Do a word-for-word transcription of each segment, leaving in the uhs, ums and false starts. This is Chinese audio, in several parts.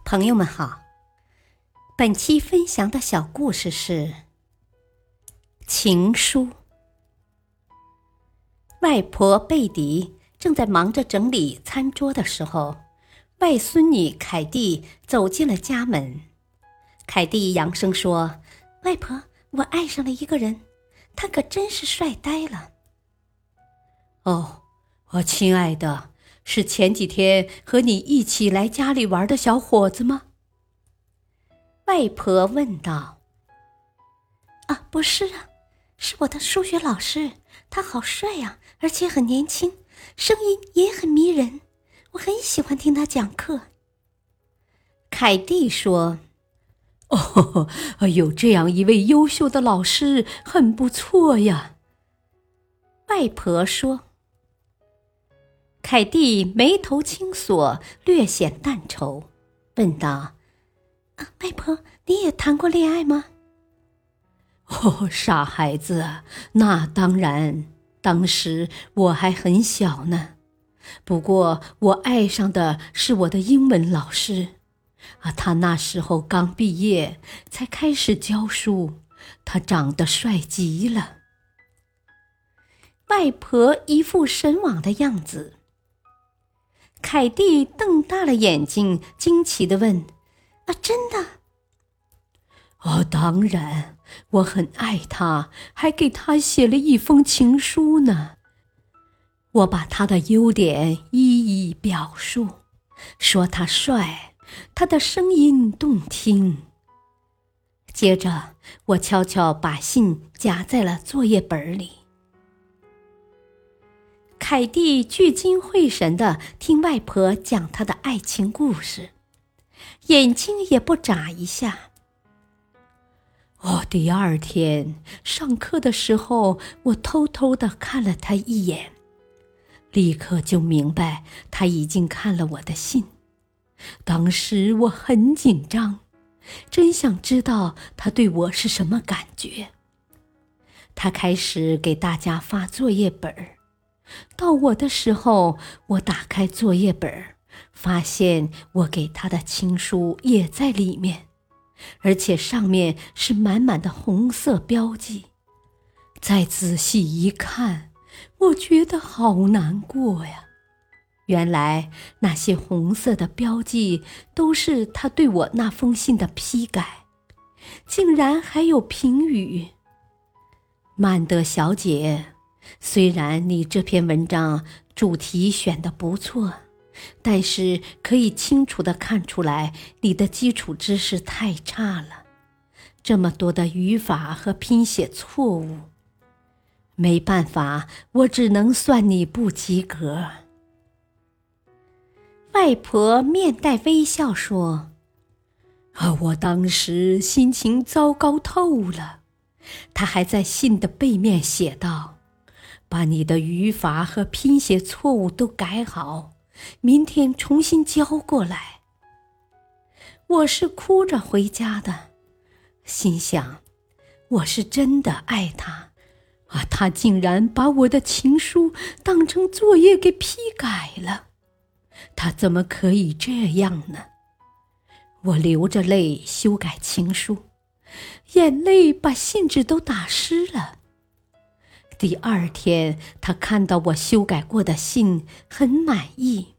朋友们好，本期分享的小故事是情书。外婆贝迪正在忙着整理餐桌的时候，外孙女凯蒂走进了家门。凯蒂扬声说：外婆，我爱上了一个人，他可真是帅呆了。 哦，我亲爱的，是前几天和你一起来家里玩的小伙子吗？ 外婆问道。啊，不是啊，是我的数学老师，他好帅啊，而且很年轻，声音也很迷人，我很喜欢听他讲课。凯蒂说： 哦，有这样一位优秀的老师很不错呀。 外婆说。凯蒂眉头轻锁，略显淡愁，问道：啊，外婆，你也谈过恋爱吗？ 哦，傻孩子，那当然，当时我还很小呢。不过我爱上的是我的英文老师，啊，他那时候刚毕业，才开始教书，他长得帅极了。 外婆一副神往的样子。凯蒂瞪大了眼睛，惊奇地问：啊，真的？ 哦，当然，我很爱他，还给他写了一封情书呢。我把他的优点一一表述，说他帅，他的声音动听。接着，我悄悄把信夹在了作业本里。 凯蒂聚精会神地听外婆讲她的爱情故事，眼睛也不眨一下。 哦，第二天上课的时候，我偷偷地看了他一眼，立刻就明白他已经看了我的信。当时我很紧张，真想知道他对我是什么感觉。他开始给大家发作业本，到我的时候，我打开作业本，发现我给他的情书也在里面，而且上面是满满的红色标记。再仔细一看，我觉得好难过呀。原来那些红色的标记都是他对我那封信的批改，竟然还有评语：曼德小姐，虽然你这篇文章主题选得不错，但是可以清楚地看出来你的基础知识太差了，这么多的语法和拼写错误。没办法，我只能算你不及格。 外婆面带微笑说： 啊，我当时心情糟糕透了。她还在信的背面写道：把你的语法和拼写错误都改好，明天重新交过来。我是哭着回家的，心想，我是真的爱他，啊，他竟然把我的情书当成作业给批改了，他怎么可以这样呢？我流着泪修改情书，眼泪把信纸都打湿了。第二天，他看到我修改过的信，很满意。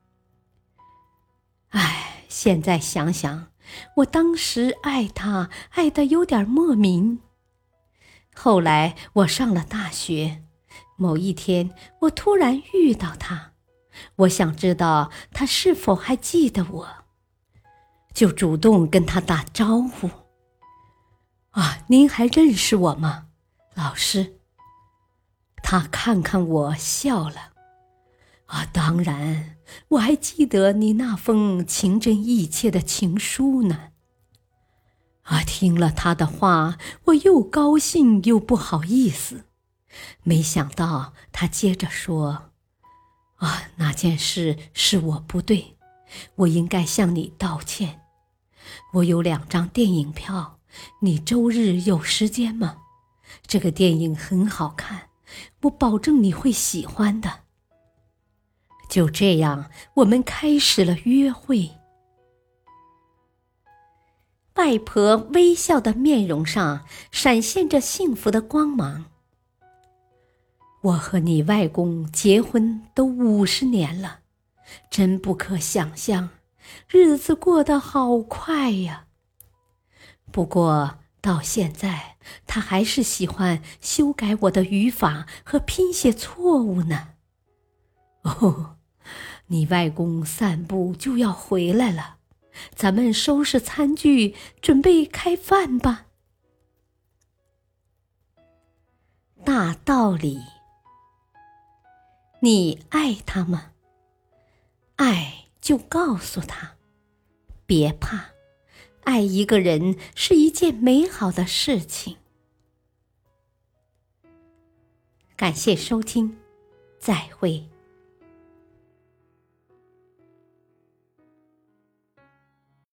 唉，现在想想，我当时爱他，爱得有点莫名。后来我上了大学，某一天，我突然遇到他，我想知道他是否还记得我，就主动跟他打招呼。啊，您还认识我吗，老师？他看看我笑了。啊，当然，我还记得你那封情真意切的情书呢。啊，听了他的话，我又高兴又不好意思。没想到他接着说：啊，那件事是我不对，我应该向你道歉。我有两张电影票，你周日有时间吗？这个电影很好看，我保证你会喜欢的。就这样，我们开始了约会。 外婆微笑的面容上闪现着幸福的光芒。 我和你外公结婚都五十年了，真不可想象，日子过得好快呀。不过到现在，他还是喜欢修改我的语法和拼写错误呢。哦，你外公散步就要回来了，咱们收拾餐具，准备开饭吧。 大道理。你爱他吗？爱就告诉他，别怕，爱一个人是一件美好的事情。感谢收听，再会。